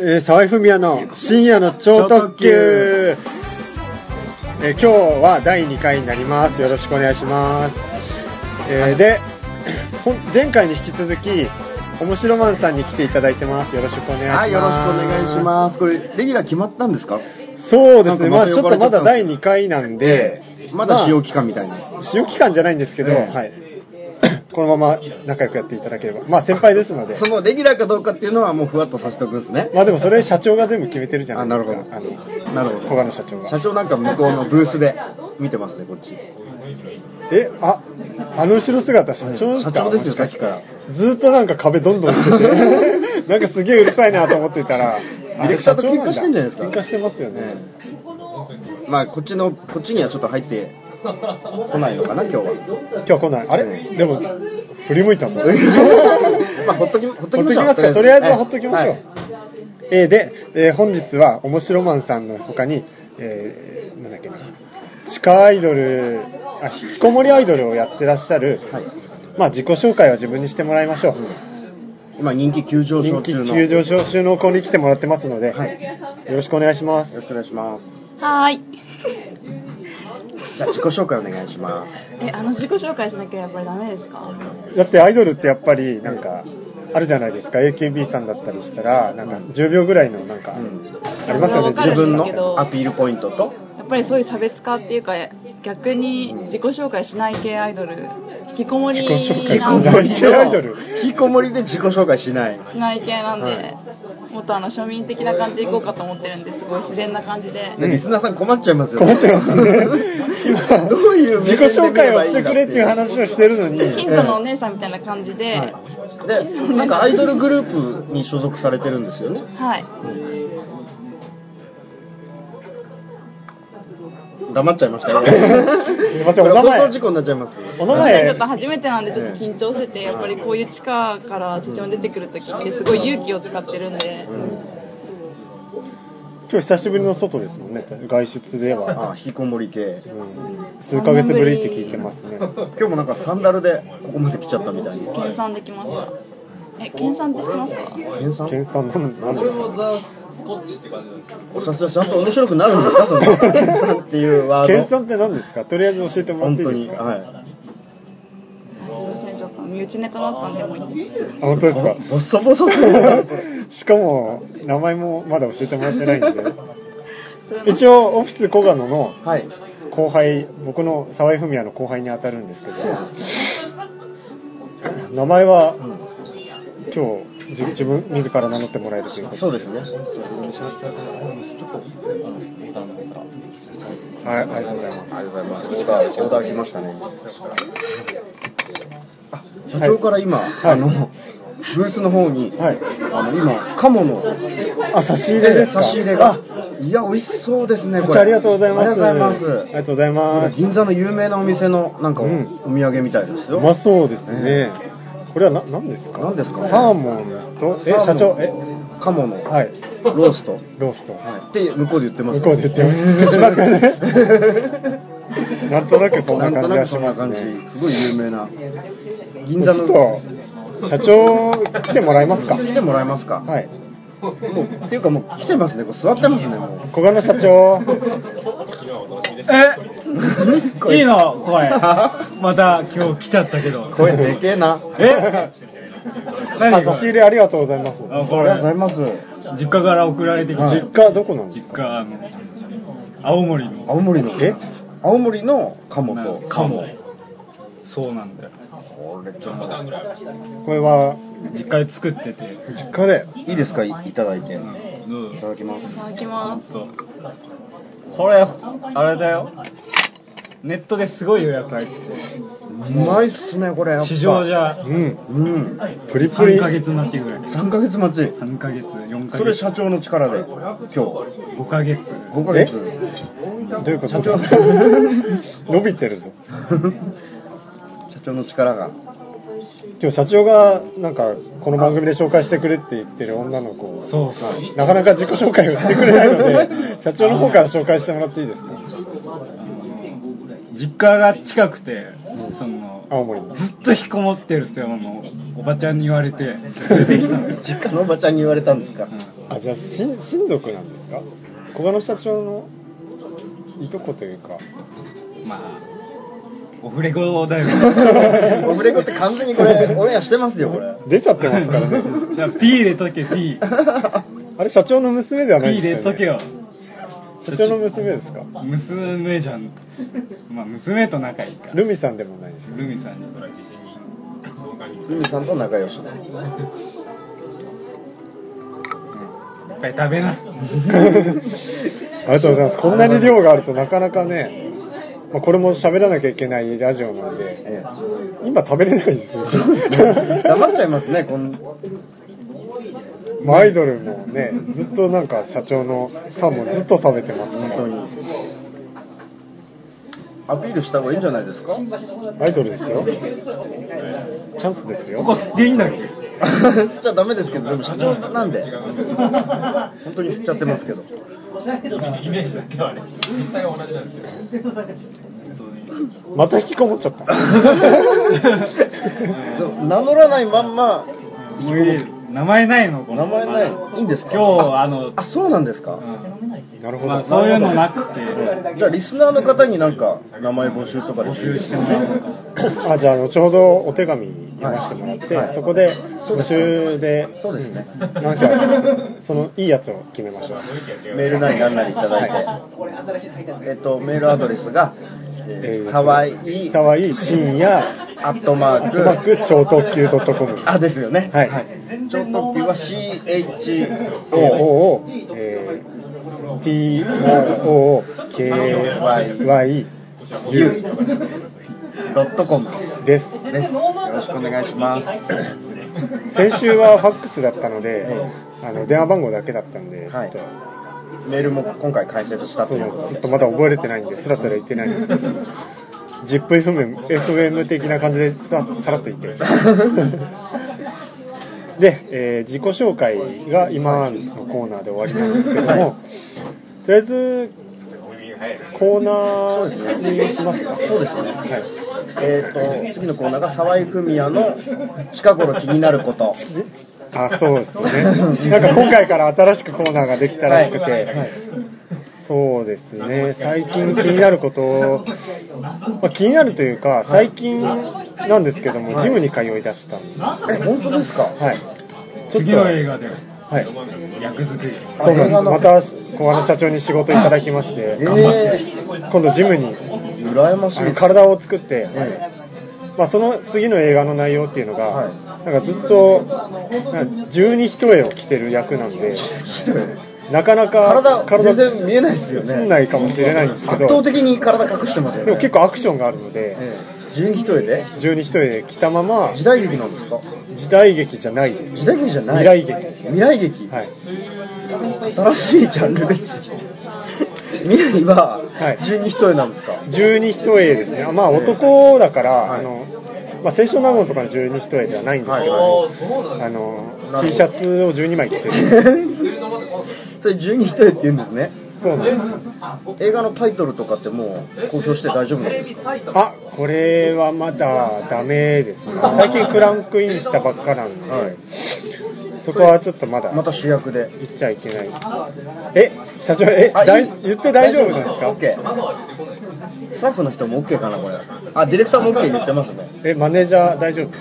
沢井文也の深夜の超特急。今日は第2回になります。よろしくお願いします。で前回に引き続きおもしろマンさんに来ていただいてます。よろしくお願いします。 はい、よろしくお願いします。これレギュラー決まったんですか？ そうですね、まあちょっとまだ第2回なんで、 まだ使用期間みたいな、 使用期間じゃないんですけど、はい、このまま仲良くやっていただければ、まあ先輩ですので。 そのレギュラーかどうかっていうのはもうふわっとさせておくんですね。 まあでもそれ社長が全部決めてるじゃないですか。 なるほど。なるほど。 小賀の社長が。 社長なんか向こうのブースで見てますね、こっち。 あの後ろ姿社長ですか？ 社長ですよ、さっきから。 ずっとなんか壁どんどんしててなんかすげえうるさいなと思ってたら、 ディレクターと喧嘩してんじゃないですか。 喧嘩してますよね。 まあこっちにはちょっと入って来ないのかな、今日は。 今日は来ない。あれ、でも振り向いたぞまあほっときますか。とりあえずはほっときましょう。で、本日はおもしろマンさんの他に、なんだっけな、地下アイドル、引きこもりアイドルをやってらっしゃる、はい、まあ自己紹介は自分にしてもらいましょう。 今人気急上昇中の子に来てもらってますので、はい、よろしくお願いします。 よろしくお願いします。 はい。 じゃあ自己紹介お願いします。 自己紹介しなきゃやっぱりダメですか？ だってアイドルってやっぱりなんかあるじゃないですか。 AKB さんだったりしたらなんか10秒ぐらいのなんかありますよね、 自分のアピールポイントと。 やっぱりそういう差別化っていうか、逆に自己紹介しない系アイドル、引きこもり自己紹介しない系アイドル、 引きこもりで自己紹介しない系なんで、もっと庶民的な感じでいこうかと思ってるんで、すごい自然な感じで。 リスナーさん困っちゃいますよね。 困っちゃいますね今どういう自己紹介をしてくれっていう話をしてるのに、 ヒントのお姉さんみたいな感じで、 でなんかアイドルグループに所属されてるんですよね。 はい、 黙っちゃいましたね。 すいません、お名前放送事故になっちゃいます。 お名前ちょっと初めてなんでちょっと緊張してて、やっぱりこういう地下から手帳に出てくるときってすごい勇気を使ってるんで、 今日久しぶりの外ですもんね、外出では。 引きこもり系、 数ヶ月ぶりって聞いてますね。 今日もなんかサンダルでここまで来ちゃったみたいに。 研鑽できました。研鑽って知ってますか？ 研鑽なんですか？ スコッチって感じなんですか？ちゃんと面白くなるんですか、その研鑽っていうワード。 研鑽って何ですか？とりあえず教えてもらっていいですか？ はい。 すいません、ちょっと身内ネタだったんでもいいです。 本当ですか？ ボソボソしかも名前もまだ教えてもらってないんで一応オフィス小賀野の後輩、僕の沢井文也の後輩に当たるんですけど、名前は、今日自分自ら名乗ってもらえるということで。 そうですね。 はい、ありがとうございます。 ありがとうございます。オーダー来ましたね。社長から今、ブースの方に、今鴨の差し入れですか？ 差し入れが、いや美味しそうですね。 これありがとうございます。 ありがとうございます。 ありがとうございます。 銀座の有名なお店のなんかお土産みたいですよ。 うまそうですね。これは何ですか？ 何ですかね？ サーモンと社長鴨のはいローストって向こうで言ってます。 向こうで言ってます。口ばっかりね。なんとなくそんな感じがしますね。 すごい有名な銀座の。 ちょっと社長来てもらえますか？ 来てもらえますか？はい。もうっていうかもう来てますね。座ってますね。もう。 小賀野社長。 いいの声。また今日来ちゃったけど。 声でけえな。 差し入れありがとうございます。 ありがとうございます。 実家から送られてきて。 実家どこなんですか？ 実家青森の。 青森の鴨と。 鴨。そうなんだよ。 これは実家で作ってて。 実家でいいですか？いただいて。いただきます。 いただきます。 これあれだよ。ネットですごい予約入ってて。 うまいっすねこれ。 市場じゃプリプリ。 3ヶ月待ちぐらい。 3ヶ月待ち。 3ヶ月4ヶ月。 それ社長の力で今日 5ヶ月。 5ヶ月。 どういうこと？伸びてるぞ。 社長の力が。 今日社長がなんかこの番組で紹介してくれって言ってる女の子、 そうなかなか自己紹介をしてくれないので社長の方から紹介してもらっていいですか？ 実家が近くて、 青森にずっと引きこもってるっておばちゃんに言われて出てきたの。 実家のおばちゃんに言われたんですか？ あ、じゃあ親族なんですか？小賀野社長のいとこというか、 まあオフレコだよオフレコって完全にこれオンエアしてますよこれ。 出ちゃってますからね。 P 入れとけ P あれ社長の娘ではない P ですよね。 入れとけよ。 社長の娘ですか？ 娘じゃん。まあ娘と仲いいからルミさんでもないですか？ ルミさんにルミさんと仲良しだ。 いっぱい食べな。 ありがとうございます。こんなに量があるとなかなかね、まあ、これも喋らなきゃいけないラジオなんで、今食べれないですよ。 黙っちゃいますねまあアイドルもね、ずっとなんか社長のサーモンずっと食べてますから。 本当にアピールした方がいいんじゃないですか？ アイドルですよ。チャンスですよ。 ここ吸っていいんだっけ？ 吸っちゃダメですけど、でも社長なんで本当に吸っちゃってますけど。 イメージだけはね、実際は同じなんですよ。 また引きこもっちゃった。 でも名乗らないまんま。 名前ないの？この名前ない。いいんですか？ 今日あ、そうなんですか。 なるほど。 まあ、そういうのなくて、 じゃあリスナーの方になんか名前募集とかで募集してもらおうか。 あ、じゃあ後ほどお手紙読ませてもらって、 はいそこで募集で、 そうですね。 なんかそのいいやつを決めましょう。 メールなりなんなりいただいて、メールアドレスがさわい深夜 @ 超特急.com。 あ、ですよね。 はい。 超特急はCHOTOKYU.com です。 よろしくお願いします。 先週はファックスだったので、電話番号だけだったんで、ちょっと、 メールも今回解説したっていうことで、 ちょっとまだ覚えれてないんで、スラスラ言ってないんですけど、ZIPFM 的な感じでさらっと言って。で、自己紹介が今のコーナーで終わりなんですけども、とりあえずコーナーにしますか？ そうですね。 はい。 次のコーナーが沢井文也の近頃気になること。 あ、そうですね。なんか今回から新しくコーナーができたらしくて、はいはい、そうですね。最近気になること、まあ、気になるというか最近なんですけども、ジムに通い出したんです。 本当ですか？ はい。 次の映画で。 はい、 役作り。 そうなんです。また小川の社長に仕事いただきまして、今度ジムに羨ましい体を作って、まあ、その次の映画の内容っていうのが、なんかずっと十二一重を着てる役なんで、なかなか体全然見えないですよね。 映んないかもしれないんですけど、 圧倒的に体隠してますよね。 でも結構アクションがあるので、 十二一重で着たまま。 時代劇なんですか？ 時代劇じゃないです。 時代劇じゃない。 未来劇です。 未来劇。 はい。 新しいジャンルです。未来は十二一重なんですか？ 十二一重ですね。まあ男だから、まあ清少納言とかの十二一重ではないんですけど、T シャツを12枚着てる。 それ十二一重って言うんですね。 そうなんですよ。 映画のタイトルとかってもう公表して大丈夫なんですか？ あ、これはまだダメですね。最近クランクインしたばっかなんで、そこはちょっとまた主役で言っちゃいけない。社長、言って大丈夫なんですか？ OK。スタッフの人も OK かなこれ。あ、ディレクターも OK 言ってますね。 マネージャー大丈夫？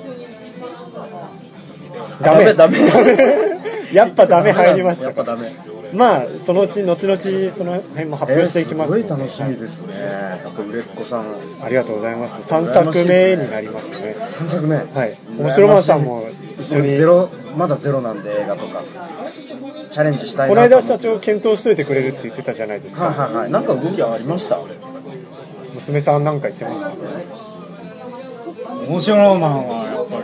ダメ。やっぱダメ入りました。 やっぱダメ。 まあそのうち後々その辺も発表していきます。 すごい楽しみですね。売れっ子さん。 ありがとうございます。3作目になりますね。 3作目。 はい。面白マンさんも一緒に。 まだゼロなんで映画とかチャレンジしたいなと。 この間社長検討しといてくれるって言ってたじゃないですか。 はい。なんか動きはありました？ 娘さんなんか言ってました。 面白マンはやっぱ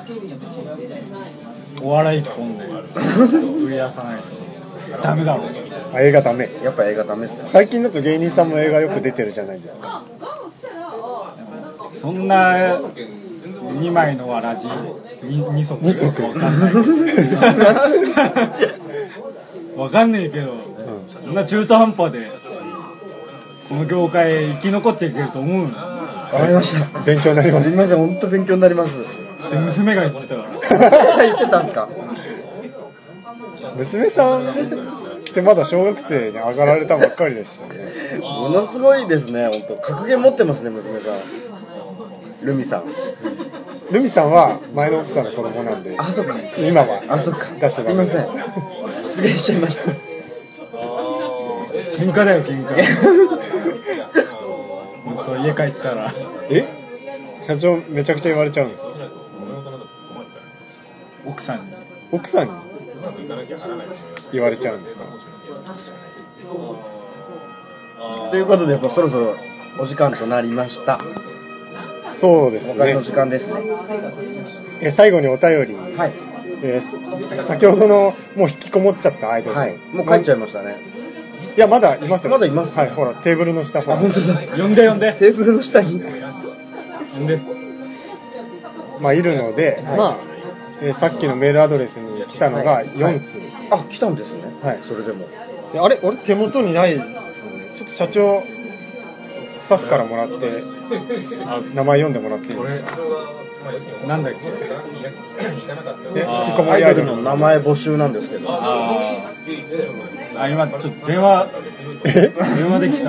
りお笑い一本で売り出さないと。ダメだろう。 映画ダメ。 やっぱ映画ダメですよ。 最近だと芸人さんも映画よく出てるじゃないですか。 そんな2枚のわらじ2足わかんない。わかんないけど、そんな中途半端でこの業界生き残っていけると思うの？ わかりました。 勉強になります。 すみません、本当勉強になります。 で娘が言ってたから。 言ってたんですか？ 娘さんってまだ小学生に上がられたばっかりでしたね。 ものすごいですね、本当。格言持ってますね、娘さん。ルミさん。 ルミさんは前の奥さんの子供なんで、 あ、そっか。 今はあ、そっか。 出してたんで。 すいません。失礼しちゃいました。 喧嘩だよ、喧嘩。本当家帰ったら。 社長めちゃくちゃ言われちゃうんですか？ 奥さんに言われちゃうんですか？ ということで、そろそろお時間となりました。 そうですね。 お別れの時間ですね。 最後にお便り。 はい。 先ほどのもう引きこもっちゃったアイドル。 はい。もう帰っちゃいましたね。 いや、まだいますよ。 まだいます。 はい、ほら、テーブルの下。 あ、本当だ。 呼んで。 テーブルの下に。 呼んで。 まあ、いるので、はい、まあ、さっきのメールアドレスに来たのが4通。はい、 あ、来たんですね。 はい。 それでも。 あれ俺手元にないですね。ちょっと社長、スタッフからもらって、名前読んでもらっていいですか？ なんだっけ？ 引きこもりアイドルの名前募集なんですけど。 今ちょっと電話できた。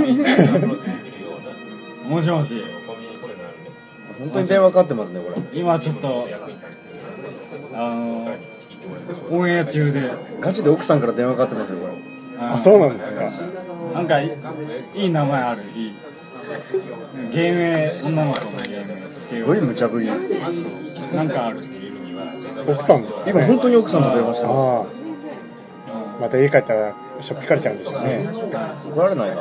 もしもし。 本当に電話かかってますね、これ。 今ちょっとオンエア中で。 ガチで奥さんから電話かかってますよ、これ。 あ、そうなんですか。 なんかいい名前ある。いい芸名、女の子の芸名つけよう。 すごい無茶ぶり。 なんかある。 奥さんですかね。 今本当に奥さんと電話してます。 ああ。また家帰ったらしょっぴかれちゃうんでしょうね。 怒られないかな。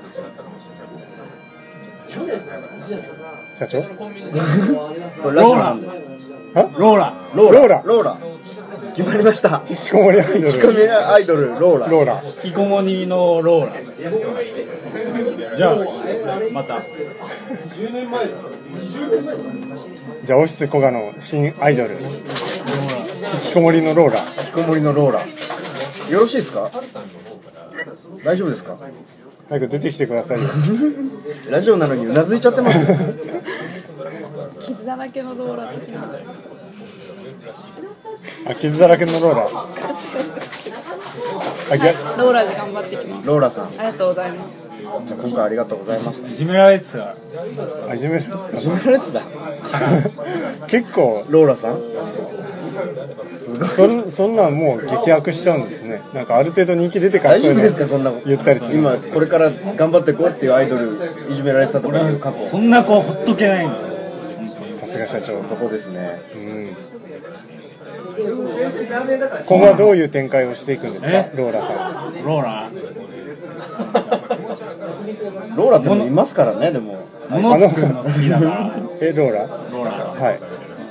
社長？ ローラ。ローラ。 決まりました。 引きこもりアイドル。 引きこもりアイドルローラ。 引きこもりのローラ。じゃあまた。 じゃあオフィス古賀の新アイドル。引きこもりのローラ。 引きこもりのローラ。よろしいですか？大丈夫ですか？ 早く出てきてくださいよ。 ラジオなのにうなずいちゃってますよ。 傷だらけのローラ的な。 あ、傷だらけのローラ。 ローラで頑張ってきます。 ローラさん。 ありがとうございます。 じゃあ今回ありがとうございました。 いじめられてた。 いじめられてた。結構ローラさん。 そんなんもう激悪しちゃうんですね。なんかある程度人気出てから大丈夫ですか、こんな言ったりする。 今これから頑張っていこうっていうアイドルいじめられてたとかいう過去。 そんな子ほっとけないんだよ。 さすが社長。 男ですね。 今後はどういう展開をしていくんですか、ローラさん。 ローラってもいますからね、でも。 物作るの好きだから。 ローラ。はい。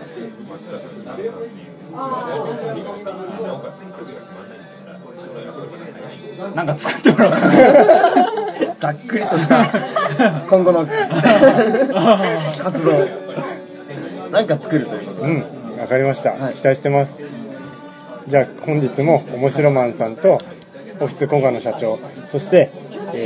なんか作ってもらおうかな。 ざっくりとした今後の活動。なんか作るということで。 わかりました、 はい。 期待してます。じゃあ本日も面白マンさんとオフィス古賀の社長、そして